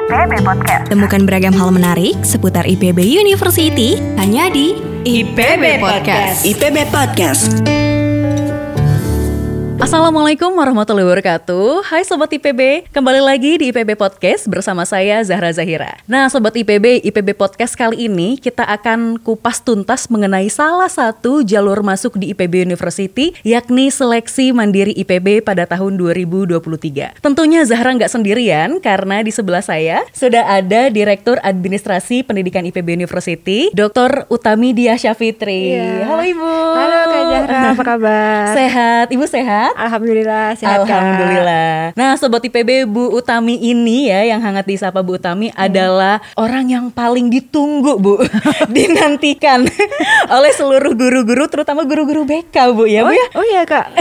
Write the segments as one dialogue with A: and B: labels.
A: IPB Podcast.
B: Temukan beragam hal menarik seputar IPB University hanya di IPB Podcast.
C: IPB Podcast.
D: Assalamualaikum warahmatullahi wabarakatuh. Hai Sobat IPB, kembali lagi di IPB Podcast bersama saya Zahra Zahira. Nah Sobat IPB Podcast kali ini kita akan kupas tuntas mengenai salah satu jalur masuk di IPB University, yakni seleksi mandiri IPB pada tahun 2023. Tentunya Zahra nggak sendirian karena di sebelah saya sudah ada Direktur Administrasi Pendidikan IPB University, Dr. Utami Diah Syafitri. Halo Ibu.
E: Halo Kak Zahra, apa kabar?
D: Sehat, Ibu sehat?
E: Alhamdulillah sehat Kak.
D: Alhamdulillah. Nah Sobat IPB, Bu Utami ini ya yang hangat disapa Bu Utami adalah orang yang paling ditunggu Bu, dinantikan oleh seluruh guru-guru, terutama guru-guru BK Bu ya Bu ya.
E: Oh iya Kak.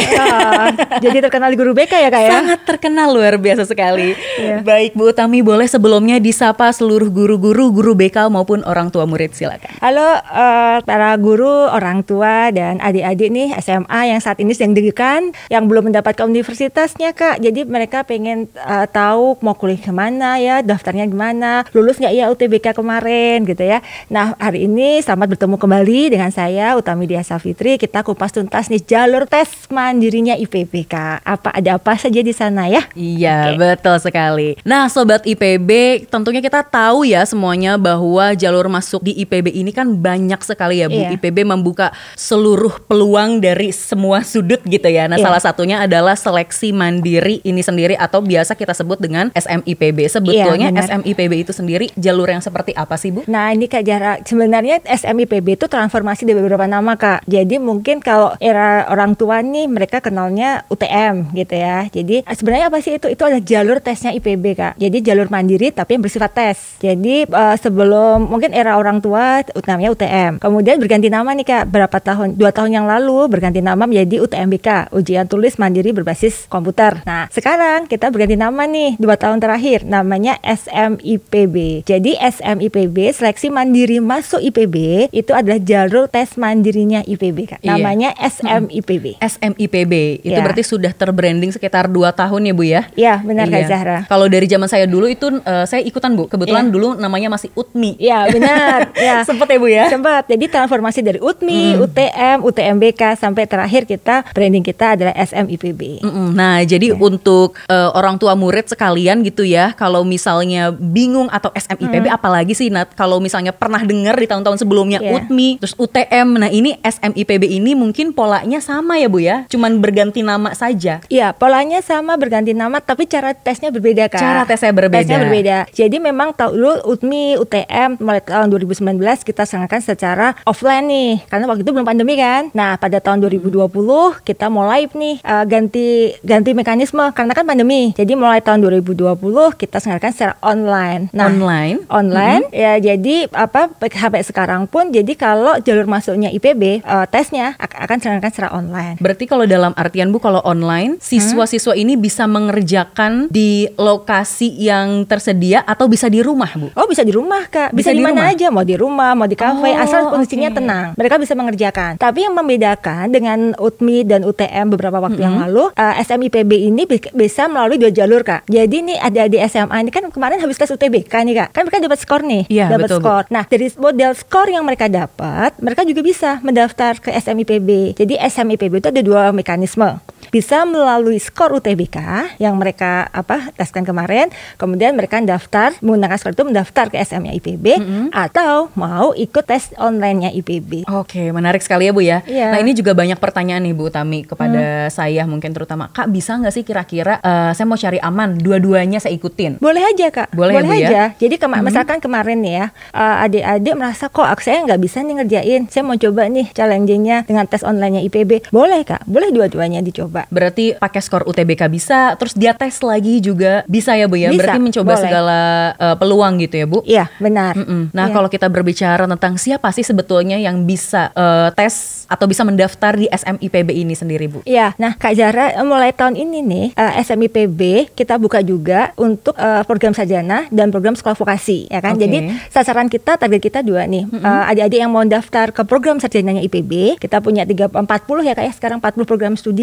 E: Jadi terkenal di guru BK ya Kak ya?
D: Sangat terkenal, luar biasa sekali.
E: Iya.
D: Baik Bu Utami, boleh sebelumnya disapa seluruh guru-guru, guru BK maupun orang tua murid, silakan.
E: Halo para guru, orang tua dan adik-adik nih SMA yang saat ini sedang dirikan, yang belum mendapatkan universitasnya Kak. Jadi mereka pengen tahu mau kuliah kemana ya, daftarnya gimana, lulus nggak ya UTBK kemarin gitu ya. Nah hari ini selamat bertemu kembali dengan saya Utami Diah Syafitri. Kita kupas tuntas nih jalur tes mandirinya IPB Kak. Ada apa saja di sana ya?
D: Iya, betul sekali. Nah Sobat IPB, tentunya kita tahu ya semuanya bahwa jalur masuk di IPB ini kan banyak sekali ya Bu.
E: Iya.
D: IPB membuka seluruh peluang dari semua sudut gitu ya. Nah salah satunya adalah seleksi mandiri ini sendiri atau biasa kita sebut dengan SMIPB. Sebetulnya
E: Iya,
D: SMIPB itu sendiri jalur yang seperti apa sih Bu?
E: Nah ini Kak Zahra, sebenarnya SMIPB itu transformasi dari beberapa nama Kak. Jadi mungkin kalau era orang tua nih mereka kenalnya UTM gitu ya. Jadi sebenarnya apa sih itu? Itu adalah jalur tesnya IPB Kak. Jadi jalur mandiri tapi yang bersifat tes. Jadi sebelum mungkin era orang tua namanya UTM. Kemudian berganti nama nih Kak, 2 tahun yang lalu berganti nama menjadi UTMBK, ujian tulis mandiri berbasis komputer. Nah sekarang kita berganti nama nih 2 tahun terakhir, namanya SMIPB. Jadi SMIPB, seleksi mandiri masuk IPB, itu adalah jalur tes mandirinya IPB Kak. Namanya SMIPB.
D: SMIPB itu
E: Ya.
D: berarti sudah terbranding sekitar 2 tahun ya Bu ya?
E: Iya benar Kak
D: Iya.
E: Zahra.
D: Kalau dari zaman saya dulu itu saya ikutan Bu. Kebetulan dulu namanya masih UTMI.
E: Iya benar. Ya.
D: Sempet ya Bu ya?
E: Sempat. Jadi transformasi dari UTMI, UTM, UTMBK sampai terakhir kita branding kita adalah SMIPB.
D: Nah jadi untuk orang tua murid sekalian gitu ya, kalau misalnya bingung atau SMIPB apalagi sih Nat, kalau misalnya pernah dengar di tahun-tahun sebelumnya UTMI, terus UTM, nah ini SMIPB ini mungkin polanya sama ya Bu ya, cuman berganti nama saja.
E: Iya, polanya sama berganti nama tapi cara tesnya berbeda Kak.
D: Cara tesnya berbeda.
E: Jadi memang dulu UTMI, UTM mulai tahun 2019 kita selenggarakan secara offline nih, karena waktu itu belum pandemi kan. Nah, pada tahun 2020 kita mulai nih ganti mekanisme karena kan pandemi. Jadi mulai tahun 2020 kita selenggarakan secara online. Nah, online ya, jadi sampai sekarang pun jadi kalau jalur masuknya IPB tesnya akan selenggarakan secara online.
D: Berarti kalau dalam artian Bu, kalau online siswa-siswa ini bisa mengerjakan di lokasi yang tersedia atau bisa di rumah Bu?
E: Oh bisa di rumah Kak, bisa di mana aja, mau di rumah, mau di kafe, asal kondisinya tenang, mereka bisa mengerjakan. Tapi yang membedakan dengan UTMI dan UTM beberapa waktu yang lalu, SMIPB ini bisa melalui 2 jalur Kak. Jadi nih adik-adik SMA ini kan kemarin habis tes UTBK nih Kak, kan mereka dapat skor nih, dapat skor. Nah dari model skor yang mereka dapat, mereka juga bisa mendaftar ke SMIPB. Jadi SMIPB itu ada 2 mekanisme. Bisa melalui skor UTBK yang mereka teskan kemarin, kemudian mereka menggunakan skor itu mendaftar ke SMA IPB, atau mau ikut tes online-nya IPB.
D: Oke, menarik sekali ya Bu ya.
E: Iya.
D: Nah ini juga banyak pertanyaan nih Bu Utami kepada saya mungkin terutama, Kak bisa nggak sih kira-kira saya mau cari aman dua-duanya saya ikutin?
E: Boleh aja Kak,
D: boleh ya, Bu,
E: aja.
D: Ya?
E: Jadi misalkan kemarin nih ya, adik-adik merasa kok saya nggak bisa nih ngerjain, saya mau coba nih challenge-nya dengan tes online-nya IPB. Boleh Kak, boleh dua-duanya dicoba.
D: Berarti pakai skor UTBK bisa, terus dia tes lagi juga bisa ya Bu ya?
E: Bisa,
D: berarti mencoba
E: boleh.
D: segala peluang gitu ya Bu?
E: Iya benar.
D: Nah kalau kita berbicara tentang siapa sih sebetulnya yang bisa tes atau bisa mendaftar di SMIPB ini sendiri Bu?
E: Iya, nah Kak Zahra mulai tahun ini nih SMIPB kita buka juga untuk program sarjana dan program sekolah vokasi ya kan. Jadi sasaran kita, target kita 2 nih. Adik-adik yang mau daftar ke program sarjananya IPB, kita punya 40 ya Kak ya, sekarang 40 program studi. Kemudian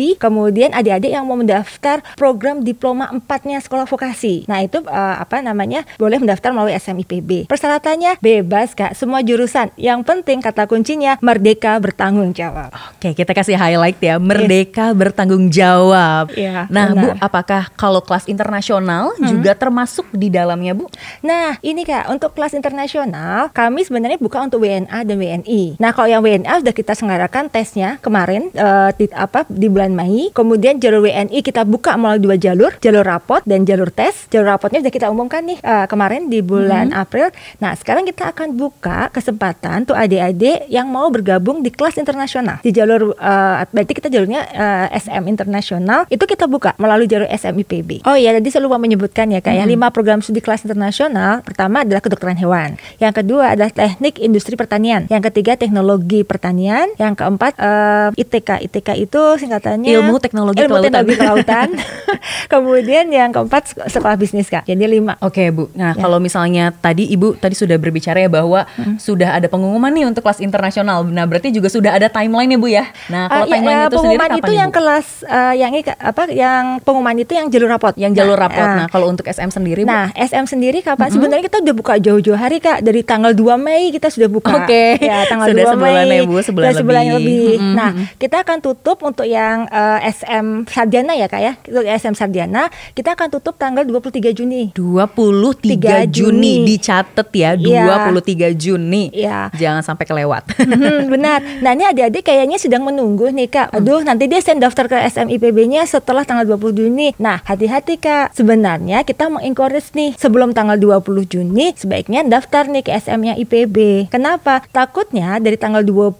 E: Kemudian adik-adik yang mau mendaftar program diploma 4-nya sekolah vokasi. Nah, itu boleh mendaftar melalui SMIPB. Persyaratannya bebas, Kak, semua jurusan. Yang penting kata kuncinya merdeka bertanggung jawab.
D: Oke, kita kasih highlight ya, merdeka bertanggung jawab.
E: Iya,
D: nah,
E: benar.
D: Bu, apakah kalau kelas internasional juga termasuk di dalamnya, Bu?
E: Nah, ini Kak, untuk kelas internasional kami sebenarnya buka untuk WNA dan WNI. Nah, kalau yang WNA sudah kita selenggarakan tesnya kemarin di bulan Mei. Kemudian jalur WNI kita buka melalui 2 jalur rapot dan jalur tes. Jalur rapotnya sudah kita umumkan nih kemarin di bulan April. Nah, sekarang kita akan buka kesempatan untuk adik-adik yang mau bergabung di kelas internasional. Di jalur berarti kita jalurnya SM internasional itu kita buka melalui jalur SMIPB. Oh iya, tadi saya lupa menyebutkan ya Kak, yang 5 program studi kelas internasional. Pertama adalah kedokteran hewan. Yang kedua adalah teknik industri pertanian. Yang ketiga teknologi pertanian. Yang keempat ITK. ITK itu singkatannya
D: Ilmu Teknologi
E: Kelautan. Kemudian yang keempat sekolah bisnis, Kak. Jadi 5.
D: Oke, Bu. Nah, kalau misalnya Ibu tadi sudah berbicara ya bahwa sudah ada pengumuman nih untuk kelas internasional. Nah, berarti juga sudah ada timeline ya, Bu ya. Nah, kalau timeline itu sendiri kapan
E: itu yang
D: Bu?
E: kelas yang pengumuman itu yang jalur rapot.
D: Yang jalur rapot. Nah, kalau untuk SM sendiri, Bu?
E: Nah, SM sendiri kapan? Sebenarnya kita udah buka jauh-jauh hari, Kak. Dari tanggal 2 Mei kita sudah buka.
D: Oke.
E: Ya, tanggal
D: Sudah
E: 2
D: sebulan
E: Mei.
D: ya, Bu, sebulan
E: lebih. Nah, kita akan tutup untuk yang SM Sarjana ya, Kak ya. Untuk SM Sarjana, kita akan tutup tanggal 23 Juni.
D: 23 Juni dicatat ya, 23 Juni.
E: Iya.
D: Jangan sampai kelewat.
E: Benar. Nah, ini adik-adik kayaknya sedang menunggu nih, Kak. Aduh, nanti dia send daftar ke SMIPB-nya setelah tanggal 20 Juni. Nah, hati-hati, Kak. Sebenarnya kita mengencourage nih sebelum tanggal 20 Juni sebaiknya daftar nih ke SM-nya IPB. Kenapa? Takutnya dari tanggal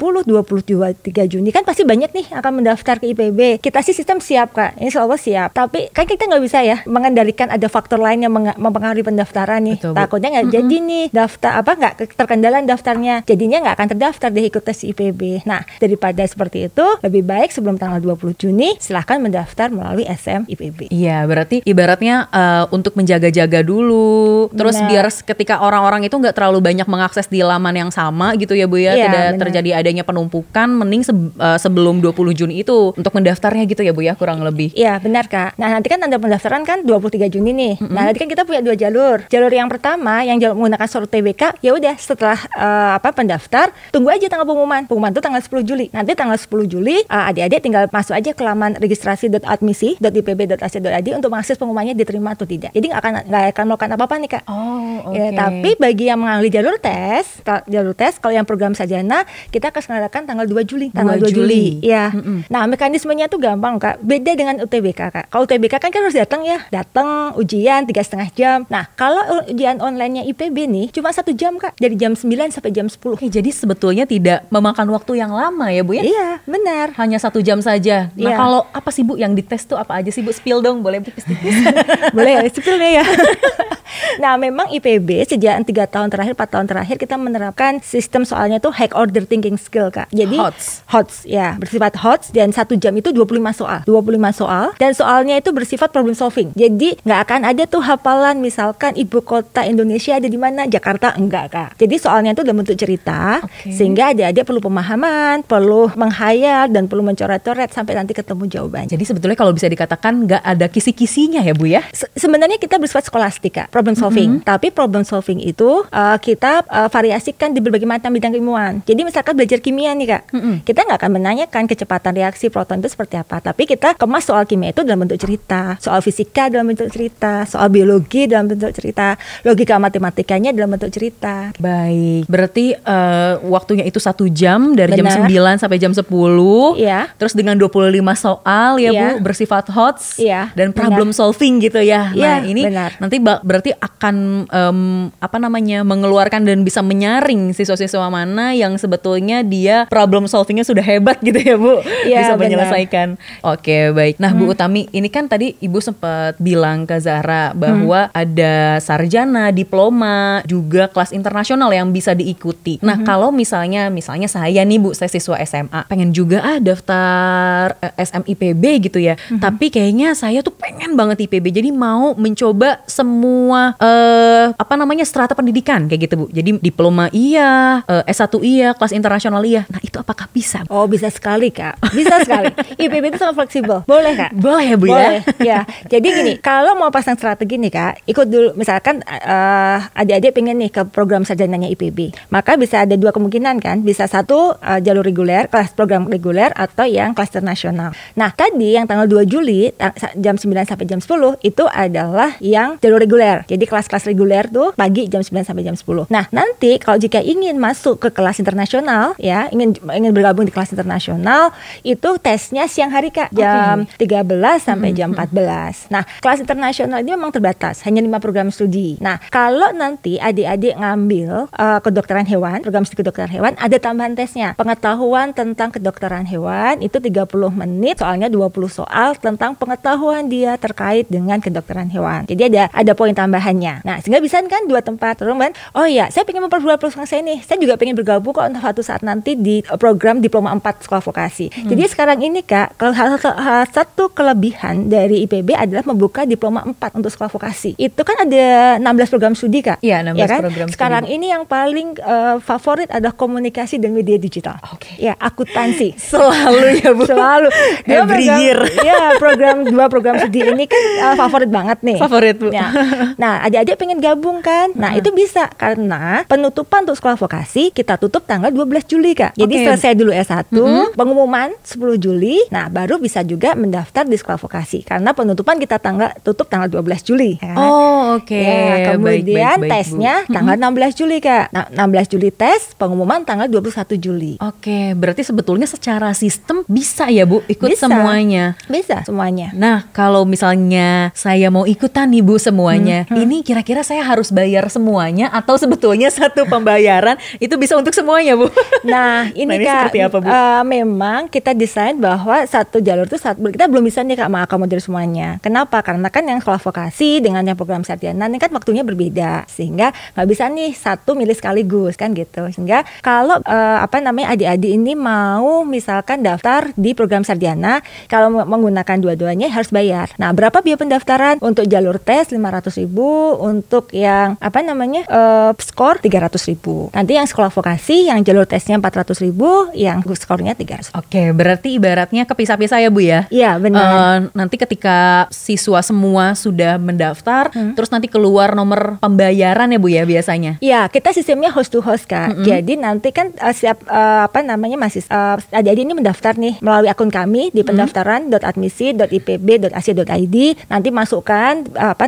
E: 23 Juni kan pasti banyak nih akan mendaftar ke IPB. Kita sih sistem siap, Kak. Insya Allah siap. Tapi kan kita nggak bisa ya mengendalikan ada faktor lain yang mempengaruhi pendaftaran nih.
D: Betul, Bu.
E: Takutnya nggak jadi nih daftar nggak terkendala daftarnya. Jadinya nggak akan terdaftar deh ikut tes IPB. Nah, daripada seperti itu, lebih baik sebelum tanggal 20 Juni silahkan mendaftar melalui SM IPB.
D: Iya, berarti ibaratnya untuk menjaga-jaga dulu. Terus
E: Benar.
D: biar ketika orang-orang itu nggak terlalu banyak mengakses di laman yang sama gitu ya, Bu ya.
E: Iya,
D: Tidak
E: benar.
D: terjadi adanya penumpukan, mending sebelum 20 Juni itu untuk mendaftarnya gitu ya, Bu ya, kurang lebih.
E: Iya, benar, Kak. Nah, nanti kan tanda pendaftaran kan 23 Juni nih. Nah, nanti kan kita punya 2 jalur. Jalur yang pertama yang menggunakan surat TBK, ya udah setelah pendaftar, tunggu aja tanggal pengumuman. Pengumuman itu tanggal 10 Juli. Nanti tanggal 10 Juli adik-adik tinggal masuk aja ke laman registrasi.admisi.ipb.ac.id untuk mengakses pengumumannya diterima atau tidak. Jadi nggak akan melakukan apa-apa nih, Kak.
D: Oh, oke.
E: Ya, tapi bagi yang mengambil jalur tes kalau yang program sarjana kita akan selenggarakan tanggal 2 Juli. Tanggal 2 Juli. Ya. Nah, mekanismenya tuh gampang, Kak. Beda dengan UTBK, Kak. Kalau UTBK kan harus datang ujian 3,5 jam. Nah, kalau ujian online-nya IPB nih cuma 1 jam, Kak. Dari jam 9 sampai jam 10.
D: Oke, jadi sebetulnya tidak memakan waktu yang lama ya, Bu ya?
E: Iya, benar.
D: Hanya 1 jam saja. Nah,
E: Iya.
D: kalau apa sih, Bu, yang dites tuh apa aja sih, Bu? Spill dong, boleh tipis-tipis.
E: Boleh ya, spill deh ya. Nah, memang IPB sejak 4 tahun terakhir kita menerapkan sistem soalnya tuh high order thinking skill, Kak. Jadi HOTS ya, bersifat HOTS dan 1 jam itu 25 soal dan soalnya itu bersifat problem solving. Jadi nggak akan ada tuh hafalan misalkan ibu kota Indonesia ada di mana, Jakarta, enggak, Kak. Jadi soalnya itu dalam bentuk cerita, sehingga adik-adik perlu pemahaman, perlu menghayal dan perlu mencoret-coret sampai nanti ketemu jawabannya.
D: Jadi sebetulnya kalau bisa dikatakan nggak ada kisi-kisinya ya, Bu ya?
E: Sebenarnya kita bersifat skolastik, Kak, problem solving. Tapi problem solving itu kita variasikan di berbagai macam bidang keilmuan. Jadi misalkan belajar kimia nih, Kak, kita nggak akan menanyakan kecepatan reaksi proton itu seperti apa, tapi kita kemas soal kimia itu dalam bentuk cerita, soal fisika dalam bentuk cerita, soal biologi dalam bentuk cerita, logika matematikanya dalam bentuk cerita.
D: Baik, berarti waktunya itu 1 jam dari jam 9 sampai jam 10.
E: Iya.
D: Terus dengan 25 soal ya,
E: Iya.
D: Bu, bersifat HOTS
E: Iya,
D: dan problem solving gitu ya. Nah,
E: Iya,
D: ini
E: benar.
D: nanti berarti akan mengeluarkan dan bisa menyaring siswa-siswa mana yang sebetulnya dia problem solvingnya sudah hebat gitu ya, Bu.
E: Iya,
D: Bisa
E: benar.
D: menyelesaikan. Oke, baik. Nah, Bu Utami, ini kan tadi Ibu sempat bilang ke Zahra bahwa ada sarjana, diploma, juga kelas internasional yang bisa diikuti. Nah, kalau misalnya saya nih, Bu, saya siswa SMA, pengen juga daftar SMIPB gitu ya. Tapi kayaknya saya tuh pengen banget IPB. Jadi mau mencoba semua strata pendidikan kayak gitu Bu. Jadi diploma iya, S1 iya, kelas internasional iya. Nah itu apakah bisa?
E: Oh bisa sekali Kak, bisa sekali. IPB itu sangat fleksibel, boleh Kak?
D: Boleh ya Bu
E: Boleh,
D: ya?
E: ya. Jadi gini, kalau mau pasang strategi nih Kak, ikut dulu. Misalkan adik-adik pengen nih ke program sarjananya IPB, maka bisa ada dua kemungkinan kan. Bisa satu jalur reguler, kelas program reguler, atau yang kelas internasional. Nah tadi yang tanggal 2 Juli jam 9 sampai jam 10 itu adalah yang jalur reguler. Jadi kelas-kelas reguler tuh pagi jam 9 sampai jam 10. Nah nanti kalau jika ingin masuk ke kelas internasional ya, ingin bergabung di kelas internasional, itu tesnya siang hari Kak, jam 13 sampai jam 14. Nah kelas internasional ini memang terbatas, hanya 5 program studi. Nah kalau nanti adik-adik ngambil kedokteran hewan, program studi kedokteran hewan, ada tambahan tesnya. Pengetahuan tentang kedokteran hewan itu 30 menit, soalnya 20 soal tentang pengetahuan dia terkait dengan kedokteran hewan. Jadi ada poin tambahannya. Nah sehingga bisa kan 2 tempat. Teman-teman, oh iya saya pengen memperluas peluang saya nih, saya juga pengen bergabung kok suatu saat nanti di program diploma 4 sekolah vokasi. Jadi sekarang ini Kak, satu kelebihan dari IPB adalah membuka diploma 4 untuk sekolah vokasi. Itu kan ada 16 program studi Kak.
D: Iya 16
E: ya kan?
D: program
E: Sekarang
D: studi.
E: ini yang paling favorit adalah komunikasi dan media digital. Ya akuntansi.
D: Selalu ya Bu.
E: Selalu.
D: Every year.
E: Ya dua program studi ini kan favorit banget nih.
D: Favorit Bu.
E: Ya. Nah adik-adik pengen gabung kan. Nah itu bisa karena penutupan untuk sekolah vokasi kita tutup tanggal 12 Juli Kak. Jadi selesai dulu S1, pengumuman 10 Juli. Nah baru bisa juga mendaftar di sekolah vokasi karena penutupan kita tutup tanggal 12 Juli. Ya.
D: Oh oke.
E: Ya, kemudian
D: Baik,
E: tesnya
D: Bu.
E: tanggal 16 Juli Kak. Nah 16 Juli tes, pengumuman tanggal 21 Juli.
D: Oke, berarti sebetulnya secara sistem bisa ya Bu ikut
E: Bisa.
D: semuanya.
E: Bisa semuanya.
D: Nah, kalau misalnya saya mau ikutan nih Bu semuanya, ini kira-kira saya harus bayar semuanya atau sebetulnya satu pembayaran itu bisa untuk semuanya Bu?
E: Nah ini Kak,
D: seperti apa Bu?
E: Memang kita desain bahwa satu jalur itu kita belum bisa nih Kak mengakomodir semuanya. Kenapa? Karena kan yang sekolah vokasi dengan yang program sarjana ini kan waktunya berbeda, sehingga nggak bisa nih satu milih sekaligus kan gitu. Sehingga kalau adik-adik ini mau misalkan daftar di program sarjana, kalau menggunakan dua-duanya harus bayar. Nah berapa biaya pendaftaran? Untuk jalur tes 500.000, untuk yang skor 300.000. Nanti yang sekolah vokasi yang jalur tesnya 400.000, yang skornya 300.
D: Oke, berarti ibaratnya kepisah-pisah ya Bu ya?
E: Iya benar.
D: Nanti ketika siswa semua sudah mendaftar, terus nanti keluar nomor pembayaran ya Bu ya biasanya?
E: Iya, kita sistemnya host to host Kak. Jadi nanti kan adik-adik ini mendaftar nih melalui akun kami di pendaftaran.admisi.ipb.ac.id. Nanti masukkan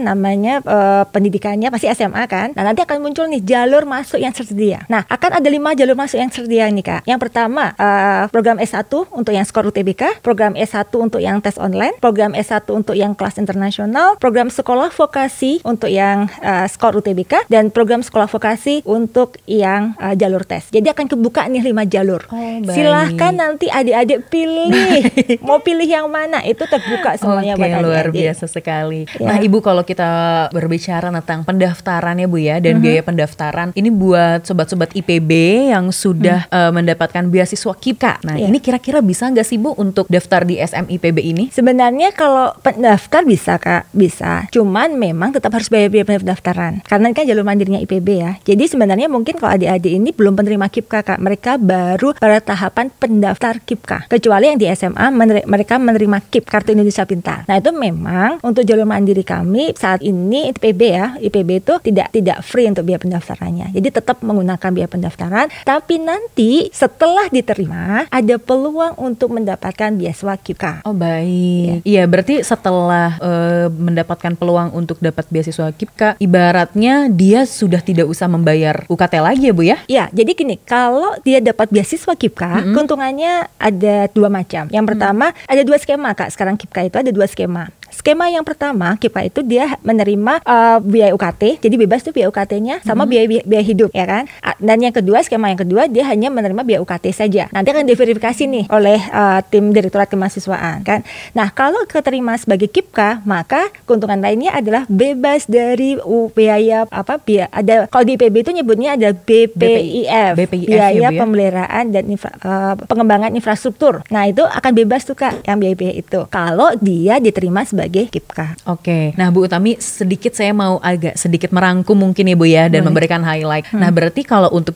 E: pendidikannya pasti SMA kan. Nah nanti akan muncul nih jalur masuk yang tersedia. Nah akan ada 5 jalur masuk yang tersedia nih Kak. Yang pertama program S1 untuk yang skor UTBK, program S1 untuk yang tes online, program S1 untuk yang kelas internasional, program sekolah vokasi untuk yang skor UTBK, dan program sekolah vokasi untuk yang jalur tes. Jadi akan kebuka nih 5 jalur. Silahkan nanti adik-adik pilih mau pilih yang mana, itu terbuka semuanya buat adik-adik.
D: Luar biasa sekali.
E: Ya.
D: Nah Ibu, kalau kita berbicara tentang pendaftaran ya Bu ya, dan biaya pendaftaran ini buat sobat-sobat IPB yang sudah mendapatkan beasiswa KIPKA. Nah ini kira-kira bisa nggak sih Bu untuk daftar di SMIPB ini?
E: Sebenarnya kalau pendaftar bisa Kak, bisa. Cuman memang tetap harus bayar biaya pendaftaran. Karena ini kan jalur mandirinya IPB ya. Jadi sebenarnya mungkin kalau adik-adik ini belum penerima KIPKA Kak, mereka baru pada tahapan pendaftar KIPKA. Kecuali yang di SMA mereka menerima KIP, Kartu Indonesia Pintar. Nah itu memang untuk jalur mandiri kami saat ini IPB ya, IPB itu tidak free untuk biaya pendaftarannya. Jadi tetap menggunakan biaya pendaftaran, tapi nanti setelah diterima ada peluang untuk mendapatkan beasiswa KIPKA.
D: Oh baik. Iya berarti setelah mendapatkan peluang untuk dapat beasiswa KIPKA, ibaratnya dia sudah tidak usah membayar UKT lagi ya Bu ya?
E: Ya, jadi gini, kalau dia dapat beasiswa KIPKA, keuntungannya ada 2 macam. Yang pertama, ada 2 skema Kak. Sekarang KIPKA itu ada 2 skema. Skema yang pertama, KIPKA itu dia menerima biaya UKT, jadi bebas tuh biaya UKT-nya sama biaya hidup ya kan. Dan yang kedua, skema yang kedua dia hanya menerima biaya UKT saja. Nanti akan diverifikasi nih oleh tim Direktorat Kemahasiswaan kan. Nah, kalau keterima sebagai KIPKA, maka keuntungan lainnya adalah bebas dari biaya ada kalau di IPB itu nyebutnya ada BPIF, biaya
D: ya, Bu, ya?
E: pemeliharaan dan pengembangan infrastruktur. Nah, itu akan bebas tuh Kak yang biaya itu. Kalau dia diterima sebagai sebagai KIPKA.
D: Oke. Nah Bu Utami, sedikit saya mau agak sedikit merangkum mungkin ya Bu ya, dan memberikan highlight. Nah berarti kalau untuk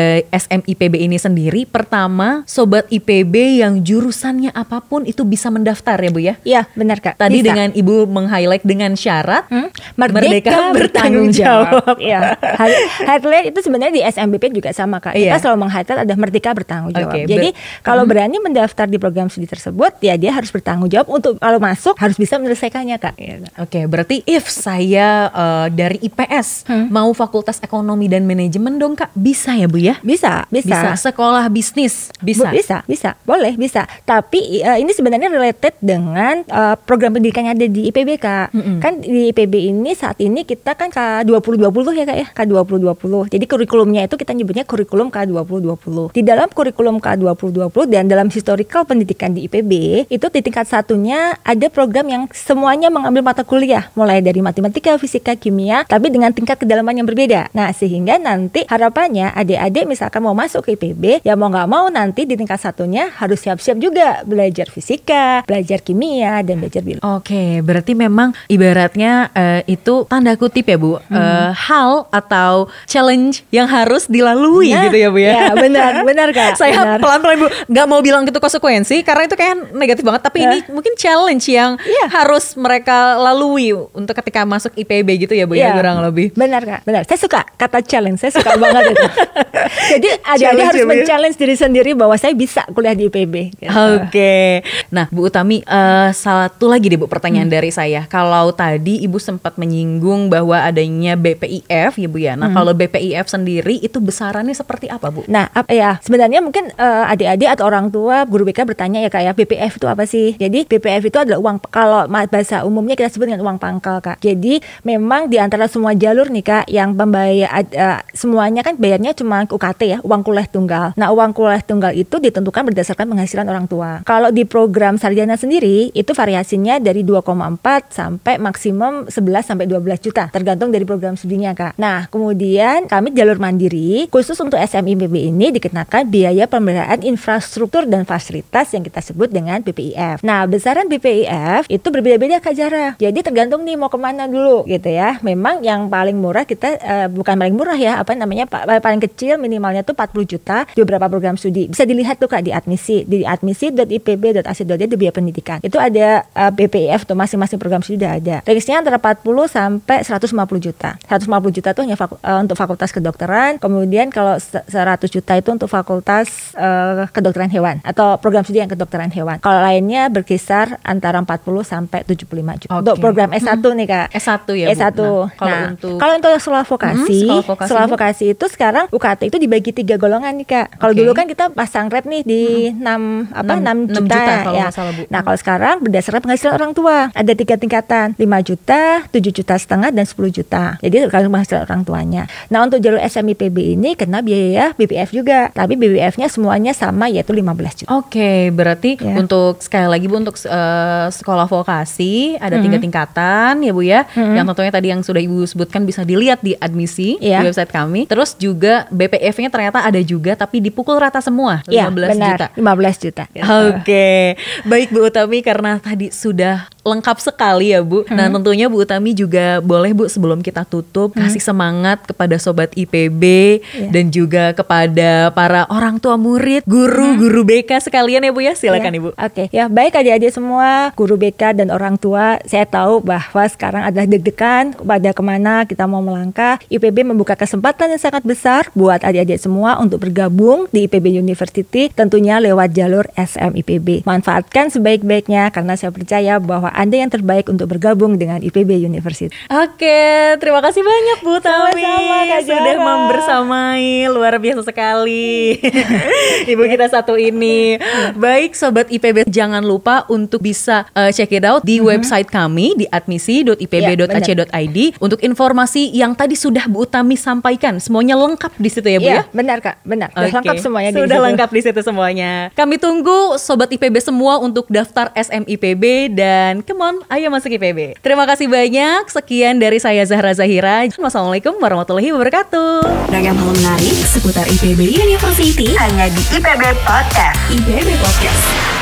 D: SMIPB ini sendiri, pertama Sobat IPB yang jurusannya apapun itu bisa mendaftar ya Bu ya?
E: Iya benar Kak.
D: Tadi
E: bisa.
D: dengan Ibu meng-highlight dengan syarat
E: Merdeka bertanggung jawab. Ya. Highlight itu sebenarnya di SMBP juga sama Kak. Kita selalu meng-highlight ada merdeka bertanggung jawab. Jadi kalau berani mendaftar di program studi tersebut, ya dia harus bertanggung jawab untuk kalau masuk harus bisa menyelesaikannya Kak.
D: Oke, berarti if saya dari IPS mau fakultas ekonomi dan manajemen dong Kak, bisa ya Bu ya?
E: Bisa.
D: Sekolah bisnis bisa.
E: Bisa. Boleh, bisa. Tapi ini sebenarnya related dengan program pendidikan yang ada di IPB Kak. Kan di IPB ini saat ini kita kan K2020 ya Kak ya, K2020. Jadi kurikulumnya itu kita nyebutnya kurikulum K2020. Di dalam kurikulum K2020 dan dalam historical pendidikan di IPB, itu di tingkat satunya ada program yang semuanya mengambil mata kuliah, mulai dari matematika, fisika, kimia, tapi dengan tingkat kedalaman yang berbeda. Nah, sehingga nanti harapannya adik-adik misalkan mau masuk ke IPB, ya mau nggak mau nanti di tingkat satunya harus siap-siap juga belajar fisika, belajar kimia, dan belajar biologi.
D: Oke, berarti memang ibaratnya itu tanda kutip ya Bu, hal atau challenge yang harus dilalui gitu ya Bu ya?
E: Ya benar Kak.
D: Saya pelan-pelan Bu, nggak mau bilang itu konsekuensi karena itu kayak negatif banget, tapi ini mungkin challenge yang harus mereka lalui untuk ketika masuk IPB gitu ya Bu ya, kurang lebih.
E: Benar Kak, benar. Saya suka kata challenge, saya suka banget itu. Jadi adik-adik harus men-challenge diri sendiri bahwa saya bisa kuliah di IPB. Gitu.
D: Oke. Nah Bu Utami, satu lagi deh Bu pertanyaan dari saya. Kalau tadi Ibu sempat menyinggung bahwa adanya BPIF ya Bu ya. Nah kalau BPIF sendiri itu besarannya seperti apa Bu?
E: Nah sebenarnya mungkin adik-adik atau orang tua guru BK bertanya ya Kak ya, BPIF itu apa sih? Jadi BPIF itu adalah uang, kalau bahasa umumnya kita sebut dengan uang pangkal Kak. Jadi memang di antara semua jalur nih Kak, yang pembayar semuanya kan bayarnya cuma UKT ya, uang kuliah tunggal. Nah uang kuliah tunggal itu ditentukan berdasarkan penghasilan orang tua. Kalau di program sarjana sendiri itu variasinya dari 2,4 sampai maksimum 11 sampai 12 juta tergantung dari program studinya Kak. Nah kemudian kami jalur mandiri khusus untuk SMIPB ini dikenakan biaya pemeliharaan infrastruktur dan fasilitas yang kita sebut dengan BPIF. Nah besaran BPIF itu berbeda-beda Kak Zahra. Jadi tergantung nih mau kemana dulu gitu ya. Memang yang paling murah kita bukan paling murah ya, paling kecil minimalnya tuh 40 juta di beberapa program studi. Bisa dilihat tuh Kak di admisi.ipb.ac.id di biaya pendidikan. Itu ada BPIF tuh masing-masing program studi udah ada. Range-nya antara 40 sampai 150 juta. 150 juta tuh hanya untuk fakultas kedokteran. Kemudian kalau 100 juta itu untuk fakultas kedokteran hewan atau program studi yang kedokteran hewan. Kalau lainnya berkisar antara 40 sampai 75 juta. Untuk program S1 nih Kak.
D: S1 ya Bu.
E: S1.
D: Nah,
E: kalau untuk sekolah vokasi itu sekarang UKT itu dibagi 3 golongan nih Kak. Kalau dulu kan kita pasang rate nih di 6 juta ya. Nah, kalau sekarang berdasarkan penghasilan orang tua ada 3 tingkatan, 5 juta, 7 juta setengah dan 10 juta. Jadi kalau penghasilan orang tuanya. Nah, untuk jalur SMIPB ini kena biaya BPIF juga. Tapi BPIF-nya semuanya sama yaitu 15 juta.
D: Oke, berarti untuk sekali lagi Bu untuk sekolah vokasi ada 3 tingkatan ya Bu ya. Yang tentunya tadi yang sudah Ibu sebutkan bisa dilihat di admisi di website kami. Terus juga BPIF-nya ternyata ada juga tapi dipukul rata semua 15 juta.
E: 15 juta.
D: Oke. Baik Bu Utami, karena tadi sudah lengkap sekali ya Bu. Nah tentunya Bu Utami juga boleh Bu sebelum kita tutup kasih semangat kepada Sobat IPB dan juga kepada para orang tua murid, guru BK sekalian ya Bu ya. Silakan Ibu.
E: Oke. Ya baik adik-adik semua, guru BK dan orang tua, saya tahu bahwa sekarang adalah deg-degan pada kemana kita mau melangkah. IPB membuka kesempatan yang sangat besar buat adik-adik semua untuk bergabung di IPB University, tentunya lewat jalur SMIPB. Manfaatkan sebaik-baiknya karena saya percaya bahwa Anda yang terbaik untuk bergabung dengan IPB University.
D: Oke, terima kasih banyak Bu Utami.
E: Sama-sama, Kak Zahra.
D: Sudah membersamai, luar biasa sekali Ibu kita satu ini. Baik Sobat IPB, jangan lupa untuk bisa check it out di website kami di admisi.ipb.ac.id untuk informasi yang tadi sudah Bu Utami sampaikan. Semuanya lengkap di situ ya Bu ya?
E: Benar Kak, benar. Lengkap semuanya di situ.
D: Sudah lengkap di situ semuanya. Kami tunggu Sobat IPB semua untuk daftar SMIPB dan come on, ayo masuk IPB. Terima kasih banyak. Sekian dari saya Zahra Zahira. Wassalamualaikum warahmatullahi wabarakatuh.
B: Ragam hal menarik seputar IPB University hanya di IPB Podcast. IPB Podcast.